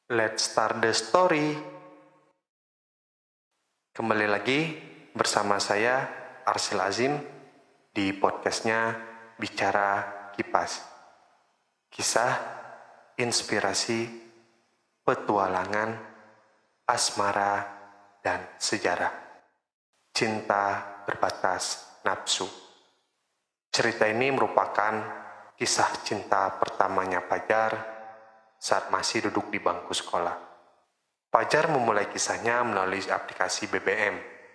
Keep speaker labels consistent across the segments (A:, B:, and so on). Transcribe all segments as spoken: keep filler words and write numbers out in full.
A: Let's start the story. Kembali lagi bersama saya Arsil Azim di podcastnya Bicara Kipas. Kisah, inspirasi, petualangan, asmara, dan sejarah. Cinta berbatas nafsu. Cerita ini merupakan kisah cinta pertamanya Fajar saat masih duduk di bangku sekolah. Fajar memulai kisahnya melalui aplikasi B B M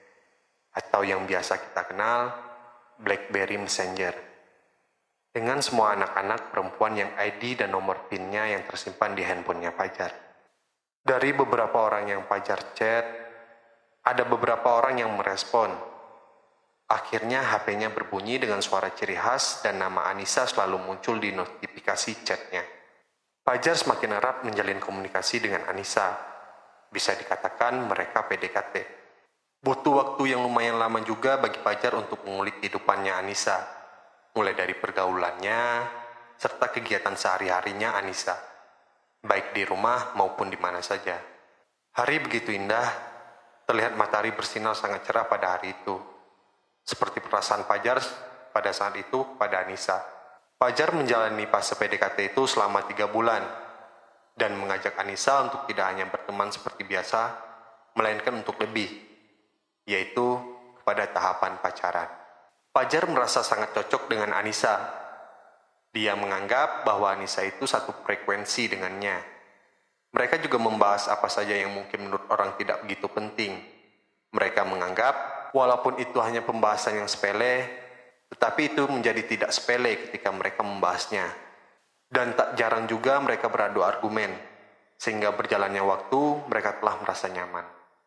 A: atau yang biasa kita kenal BlackBerry Messenger dengan semua anak-anak perempuan yang I D dan nomor PIN-nya yang tersimpan di handphonenya Fajar. Dari beberapa orang yang Fajar chat, ada beberapa orang yang merespon. Akhirnya H P-nya berbunyi dengan suara ciri khas dan nama Anissa selalu muncul di notifikasi chatnya. Fajar semakin erat menjalin komunikasi dengan Anissa. Bisa dikatakan mereka P D K T. Butuh waktu yang lumayan lama juga bagi Fajar untuk mengulik kehidupannya Anissa. Mulai dari pergaulannya, serta kegiatan sehari-harinya Anissa. Baik di rumah maupun di mana saja. Hari begitu indah, terlihat matahari bersinar sangat cerah pada hari itu. Seperti perasaan Fajar pada saat itu pada Anissa. Fajar menjalani fase P D K T itu selama tiga bulan dan mengajak Anissa untuk tidak hanya berteman seperti biasa, melainkan untuk lebih, yaitu kepada tahapan pacaran. Fajar merasa sangat cocok dengan Anissa. Dia menganggap bahwa Anissa itu satu frekuensi dengannya. Mereka juga membahas apa saja yang mungkin menurut orang tidak begitu penting. Mereka menganggap, walaupun itu hanya pembahasan yang sepele, tetapi itu menjadi tidak sepele ketika mereka membahasnya. Dan tak jarang juga mereka beradu argumen, sehingga berjalannya waktu mereka telah merasa nyaman.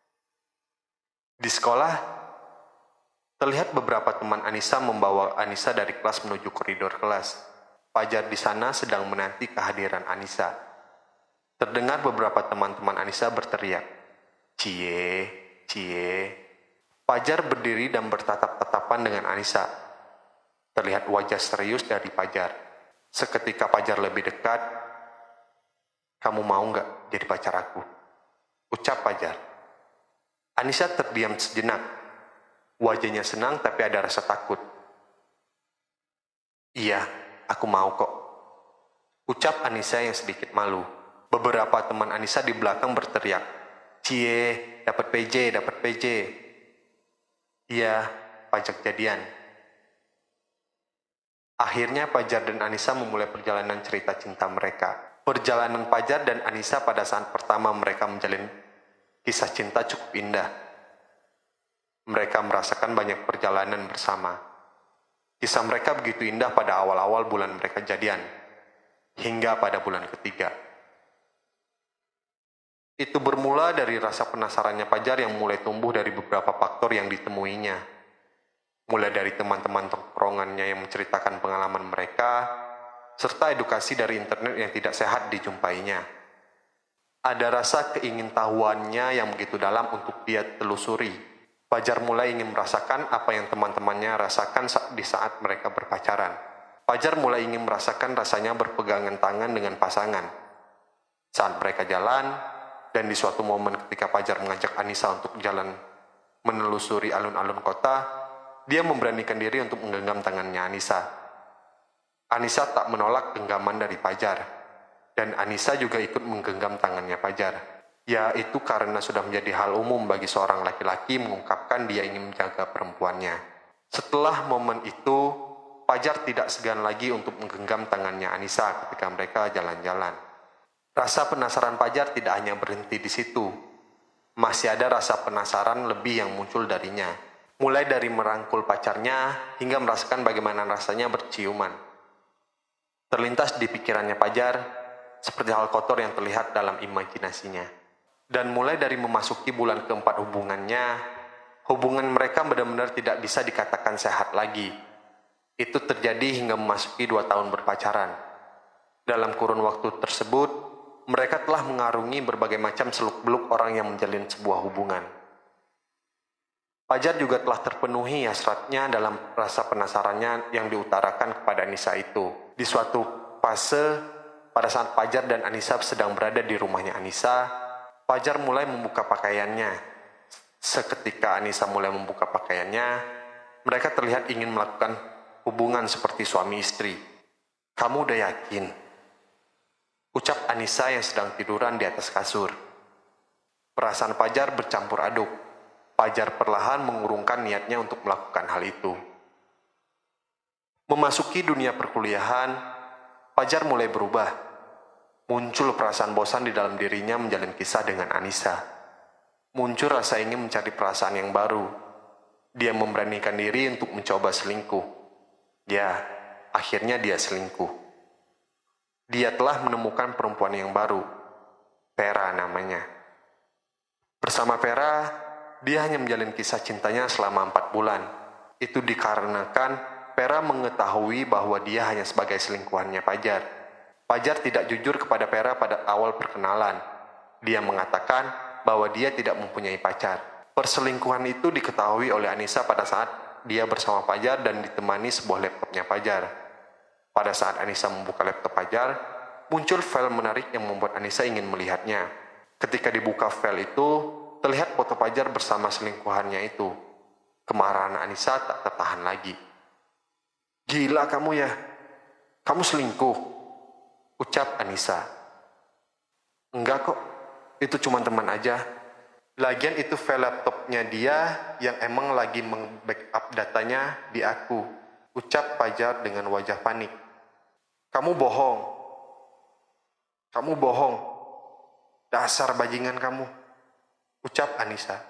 A: Di sekolah, terlihat beberapa teman Anissa membawa Anissa dari kelas menuju koridor kelas. Fajar di sana sedang menanti kehadiran Anissa. Terdengar beberapa teman-teman Anissa berteriak, "Cie, cie." Fajar berdiri dan bertatap-tatapan dengan Anissa. Terlihat wajah serius dari Fajar. Seketika Fajar lebih dekat, "Kamu mau nggak jadi pacar aku?" ucap Fajar. Anissa terdiam sejenak. Wajahnya senang tapi ada rasa takut. "Iya, aku mau kok," ucap Anissa yang sedikit malu. Beberapa teman Anissa di belakang berteriak, "Cie, dapat P J, dapat P J." "Iya, pajak jadian." Akhirnya Fajar dan Anissa memulai perjalanan cerita cinta mereka. Perjalanan Fajar dan Anissa pada saat pertama mereka menjalin kisah cinta cukup indah. Mereka merasakan banyak perjalanan bersama. Kisah mereka begitu indah pada awal-awal bulan mereka jadian, hingga pada bulan ketiga. Itu bermula dari rasa penasarannya Fajar yang mulai tumbuh dari beberapa faktor yang ditemuinya. Mulai dari teman-teman tongkrongannya yang menceritakan pengalaman mereka, serta edukasi dari internet yang tidak sehat dijumpainya. Ada rasa keingintahuannya yang begitu dalam untuk dia telusuri. Fajar mulai ingin merasakan apa yang teman-temannya rasakan di saat mereka berpacaran. Fajar mulai ingin merasakan rasanya berpegangan tangan dengan pasangan. Saat mereka jalan, dan di suatu momen ketika Fajar mengajak Anissa untuk jalan menelusuri alun-alun kota, dia memberanikan diri untuk menggenggam tangannya Anissa. Anissa tak menolak genggaman dari Fajar, dan Anissa juga ikut menggenggam tangannya Fajar. Ya, itu karena sudah menjadi hal umum bagi seorang laki-laki mengungkapkan dia ingin menjaga perempuannya. Setelah momen itu, Fajar tidak segan lagi untuk menggenggam tangannya Anissa ketika mereka jalan-jalan. Rasa penasaran Fajar tidak hanya berhenti di situ. Masih ada rasa penasaran lebih yang muncul darinya. Mulai dari merangkul pacarnya hingga merasakan bagaimana rasanya berciuman. Terlintas di pikirannya Fajar seperti hal kotor yang terlihat dalam imajinasinya. Dan mulai dari memasuki bulan keempat hubungannya, hubungan mereka benar-benar tidak bisa dikatakan sehat lagi. Itu terjadi hingga memasuki dua tahun berpacaran. Dalam kurun waktu tersebut, mereka telah mengarungi berbagai macam seluk-beluk orang yang menjalin sebuah hubungan. Fajar juga telah terpenuhi hasratnya dalam rasa penasarannya yang diutarakan kepada Anissa itu. Di suatu fase, Pada saat Fajar dan Anissa sedang berada di rumahnya Anissa, Fajar mulai membuka pakaiannya. Seketika Anissa mulai membuka pakaiannya, mereka terlihat ingin melakukan hubungan seperti suami istri. "Kamu udah yakin?" ucap Anissa yang sedang tiduran di atas kasur. Perasaan Fajar bercampur aduk. Fajar perlahan mengurungkan niatnya untuk melakukan hal itu. Memasuki dunia perkuliahan, Fajar mulai berubah. Muncul perasaan bosan di dalam dirinya menjalin kisah dengan Anissa. Muncul rasa ingin mencari perasaan yang baru. Dia memberanikan diri untuk mencoba selingkuh. Ya, akhirnya dia selingkuh. Dia telah menemukan perempuan yang baru. Vera namanya. Bersama Vera, dia hanya menjalin kisah cintanya selama empat bulan. Itu dikarenakan Vera mengetahui bahwa dia hanya sebagai selingkuhannya Fajar. Fajar tidak jujur kepada Vera pada awal perkenalan. Dia mengatakan bahwa dia tidak mempunyai pacar. Perselingkuhan itu diketahui oleh Anissa pada saat dia bersama Fajar dan ditemani sebuah laptopnya Fajar. Pada saat Anissa membuka laptop Fajar, muncul file menarik yang membuat Anissa ingin melihatnya. Ketika dibuka file itu, terlihat foto Fajar bersama selingkuhannya itu. Kemarahan Anissa tak tertahan lagi. "Gila kamu ya? Kamu selingkuh?" ucap Anissa. "Enggak kok, itu cuma teman aja. Lagian itu file laptopnya dia yang emang lagi meng-backup datanya di aku," ucap Fajar dengan wajah panik. "Kamu bohong. Kamu bohong. Dasar bajingan kamu," ucap Anissa.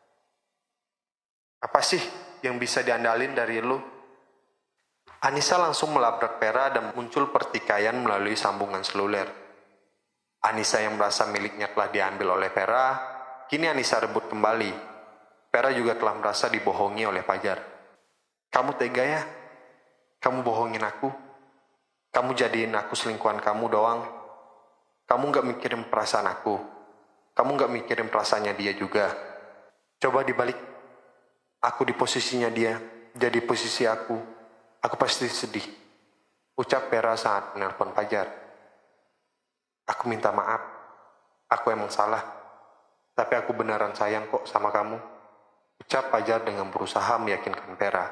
A: "Apa sih yang bisa diandalin dari lu?" Anissa langsung melabrak Vera dan muncul pertikaian melalui sambungan seluler. Anissa yang merasa miliknya telah diambil oleh Vera, kini Anissa rebut kembali. Vera juga telah merasa dibohongi oleh Fajar. "Kamu tega ya? Kamu bohongin aku? Kamu jadiin aku selingkuhan kamu doang. Kamu gak mikirin perasaan aku. Kamu gak mikirin perasaannya dia juga. Coba dibalik. Aku di posisinya dia, jadi posisi aku. Aku pasti sedih," ucap Vera saat menelpon Fajar. "Aku minta maaf. Aku emang salah. Tapi aku beneran sayang kok sama kamu," ucap Fajar dengan berusaha meyakinkan Vera.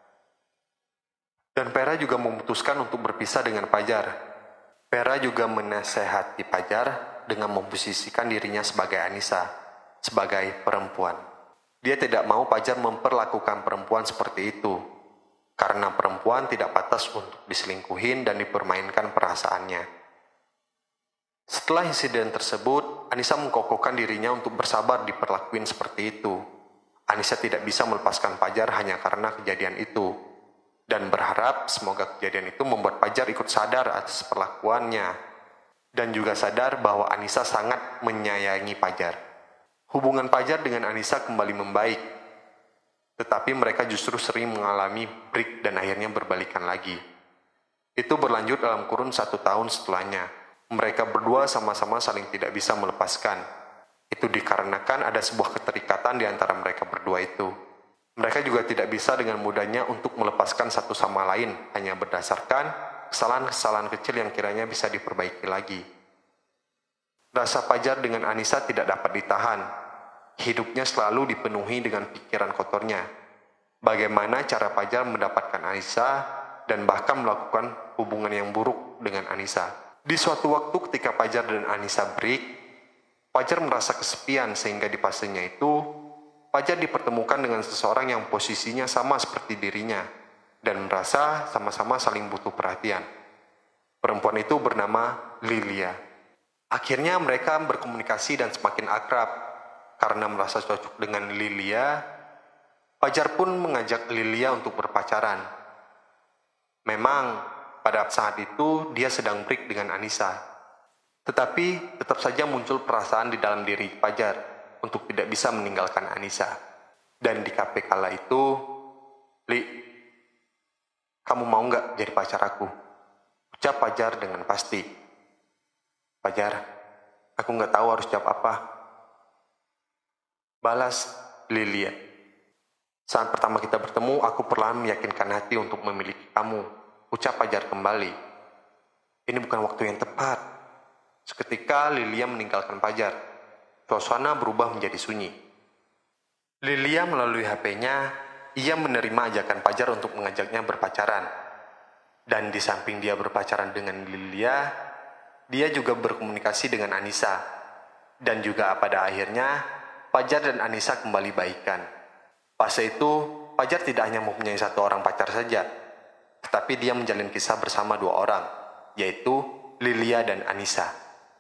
A: Dan Vera juga memutuskan untuk berpisah dengan Fajar. Vera juga menasehati Fajar dengan memposisikan dirinya sebagai Anissa, sebagai perempuan. Dia tidak mau Fajar memperlakukan perempuan seperti itu, karena perempuan tidak pantas untuk diselingkuhin dan dipermainkan perasaannya. Setelah insiden tersebut, Anissa mengkokohkan dirinya untuk bersabar diperlakuin seperti itu. Anissa tidak bisa melepaskan Fajar hanya karena kejadian itu, dan berharap semoga kejadian itu membuat Fajar ikut sadar atas perlakuannya, dan juga sadar bahwa Anissa sangat menyayangi Fajar. Hubungan Fajar dengan Anissa kembali membaik, tetapi mereka justru sering mengalami break dan akhirnya berbalikan lagi. Itu berlanjut dalam kurun satu tahun setelahnya. Mereka berdua sama-sama saling tidak bisa melepaskan. Itu dikarenakan ada sebuah keterikatan di antara mereka berdua itu. Mereka juga tidak bisa dengan mudahnya untuk melepaskan satu sama lain, hanya berdasarkan kesalahan-kesalahan kecil yang kiranya bisa diperbaiki lagi. Rasa Fajar dengan Anissa tidak dapat ditahan. Hidupnya selalu dipenuhi dengan pikiran kotornya. Bagaimana cara Fajar mendapatkan Anissa dan bahkan melakukan hubungan yang buruk dengan Anissa. Di suatu waktu ketika Fajar dan Anissa break, Fajar merasa kesepian sehingga di fasenya itu, Fajar dipertemukan dengan seseorang yang posisinya sama seperti dirinya dan merasa sama-sama saling butuh perhatian. Perempuan itu bernama Lilia. Akhirnya mereka berkomunikasi dan semakin akrab. Karena merasa cocok dengan Lilia, Fajar pun mengajak Lilia untuk berpacaran. Memang pada saat itu dia sedang break dengan Anissa. Tetapi tetap saja muncul perasaan di dalam diri Fajar untuk tidak bisa meninggalkan Anissa. Dan di kafe kala itu, "Li, kamu mau gak jadi pacar aku?" ucap Fajar dengan pasti. "Fajar, aku gak tahu harus jawab apa," balas Lilia. "Saat pertama kita bertemu, aku perlahan meyakinkan hati untuk memiliki kamu," ucap Fajar kembali. Ini bukan waktu yang tepat. Seketika Lilia meninggalkan Fajar. Suasana berubah menjadi sunyi. Lilia melalui H P-nya, ia menerima ajakan Fajar untuk mengajaknya berpacaran. Dan di samping dia berpacaran dengan Lilia, dia juga berkomunikasi dengan Anissa. Dan juga pada akhirnya, Fajar dan Anissa kembali baikan. Fase itu, Fajar tidak hanya mempunyai satu orang pacar saja, tetapi dia menjalin kisah bersama dua orang, yaitu Lilia dan Anissa.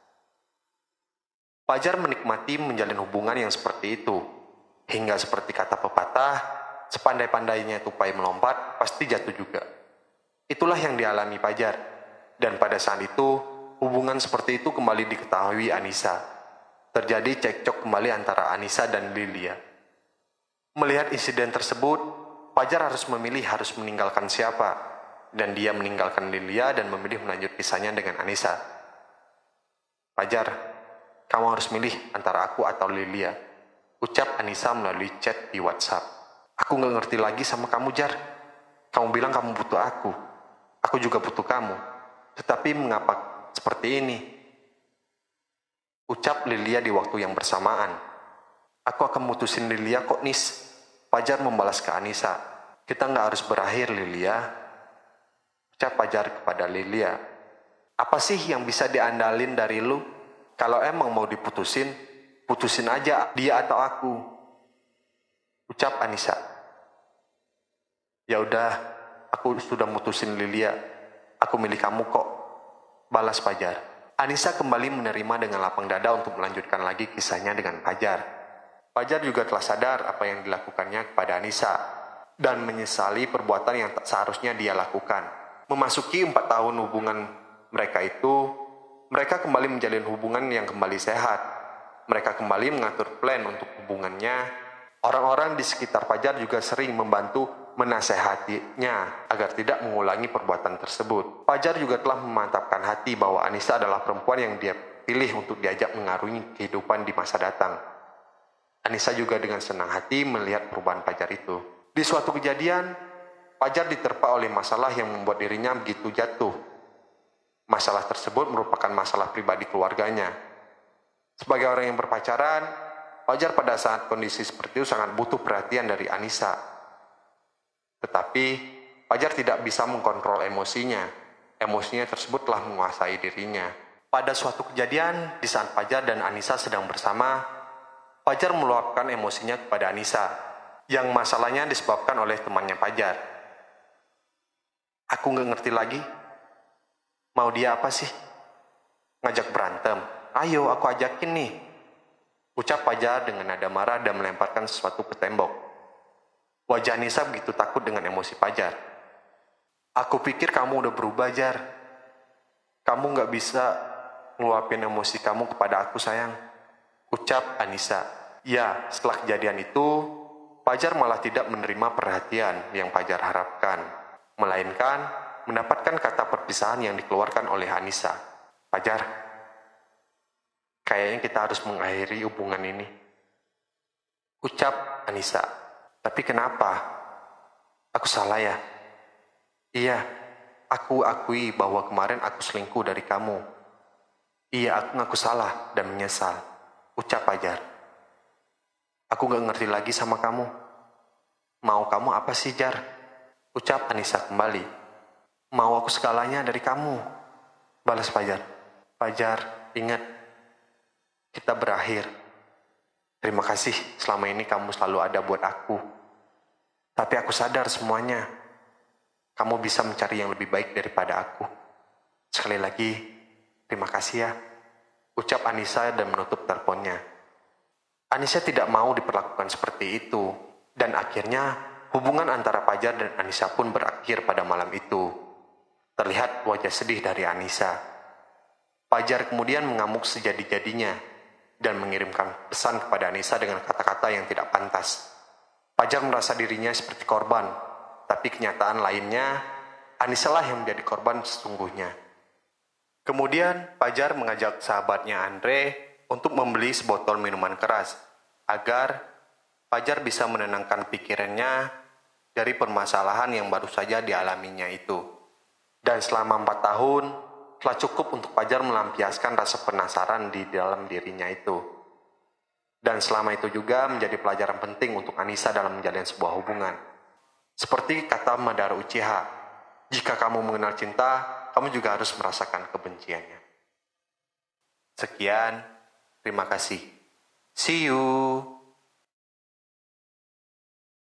A: Fajar menikmati menjalin hubungan yang seperti itu, hingga seperti kata pepatah, sepandai-pandainya tupai melompat, pasti jatuh juga. Itulah yang dialami Fajar, dan pada saat itu, hubungan seperti itu kembali diketahui Anissa. Terjadi cekcok kembali antara Anissa dan Lilia. Melihat insiden tersebut, Fajar harus memilih harus meninggalkan siapa, dan dia meninggalkan Lilia dan memilih melanjut kisahnya dengan Anissa. Fajar, kamu harus milih antara aku atau Lilia, ucap Anissa melalui chat di WhatsApp. Aku gak ngerti lagi sama kamu, Jar. Kamu bilang kamu butuh aku. Aku juga butuh kamu. Tetapi mengapa seperti ini? Ucap Lilia di waktu yang bersamaan. Aku akan mutusin Lilia kok, Nis. Fajar membalas ke Anissa. Kita gak harus berakhir, Lilia. Ucap Fajar kepada Lilia. Apa sih yang bisa diandalin dari lu? Kalau emang mau diputusin, putusin aja dia atau aku. Ucap Anissa. Ya udah, aku sudah mutusin Lilia. Aku milih kamu kok. Balas Fajar. Anissa kembali menerima dengan lapang dada untuk melanjutkan lagi kisahnya dengan Fajar. Fajar juga telah sadar apa yang dilakukannya kepada Anissa dan menyesali perbuatan yang tak seharusnya dia lakukan. Memasuki empat tahun hubungan mereka itu, mereka kembali menjalin hubungan yang kembali sehat. Mereka kembali mengatur plan untuk hubungannya. Orang-orang di sekitar Fajar juga sering membantu menasehatinya agar tidak mengulangi perbuatan tersebut. Fajar juga telah memantapkan hati bahwa Anissa adalah perempuan yang dia pilih untuk diajak mengarungi kehidupan di masa datang. Anissa juga dengan senang hati melihat perubahan Fajar itu. Di suatu kejadian, Fajar diterpa oleh masalah yang membuat dirinya begitu jatuh. Masalah tersebut merupakan masalah pribadi keluarganya. Sebagai orang yang berpacaran, Fajar pada saat kondisi seperti itu sangat butuh perhatian dari Anissa. Tetapi, Fajar tidak bisa mengkontrol emosinya. Emosinya tersebut telah menguasai dirinya. Pada suatu kejadian, di saat Fajar dan Anissa sedang bersama, Fajar meluapkan emosinya kepada Anissa, yang masalahnya disebabkan oleh temannya Fajar. Aku gak ngerti lagi. Mau dia apa sih? Ngajak berantem. Ayo, aku ajakin nih. Ucap Fajar dengan nada marah dan melemparkan sesuatu ke tembok. Wajah Anissa begitu takut dengan emosi Fajar. Aku pikir kamu udah berubah, Jar. Kamu gak bisa ngeluapin emosi kamu kepada aku, sayang. Ucap Anissa. Ya, setelah kejadian itu, Fajar malah tidak menerima perhatian yang Fajar harapkan, melainkan mendapatkan kata perpisahan yang dikeluarkan oleh Anissa. Fajar, kayaknya kita harus mengakhiri hubungan ini. Ucap Anissa. Tapi kenapa? Aku salah ya? Iya, aku akui bahwa kemarin aku selingkuh dari kamu. Iya, aku ngaku salah dan menyesal. Ucap Fajar. Aku gak ngerti lagi sama kamu. Mau kamu apa sih, Jar? Ucap Anissa kembali. Mau aku segalanya dari kamu. Balas Fajar. Fajar, ingat. Kita berakhir. Terima kasih selama ini kamu selalu ada buat aku. Tapi aku sadar semuanya. Kamu bisa mencari yang lebih baik daripada aku. Sekali lagi, terima kasih ya. Ucap Anissa dan menutup teleponnya. Anissa tidak mau diperlakukan seperti itu. Dan akhirnya, hubungan antara Fajar dan Anissa pun berakhir pada malam itu. Terlihat wajah sedih dari Anissa. Fajar kemudian mengamuk sejadi-jadinya dan mengirimkan pesan kepada Anissa dengan kata-kata yang tidak pantas. Fajar merasa dirinya seperti korban, tapi kenyataan lainnya, Anissa lah yang menjadi korban sesungguhnya. Kemudian, Fajar mengajak sahabatnya Andre untuk membeli sebotol minuman keras, agar Fajar bisa menenangkan pikirannya dari permasalahan yang baru saja dialaminya itu. Dan selama empat tahun, telah cukup untuk Fajar melampiaskan rasa penasaran di dalam dirinya itu. Dan selama itu juga menjadi pelajaran penting untuk Anissa dalam menjalin sebuah hubungan. Seperti kata Madara Uchiha, jika kamu mengenal cinta, kamu juga harus merasakan kebenciannya. Sekian, terima kasih. See you.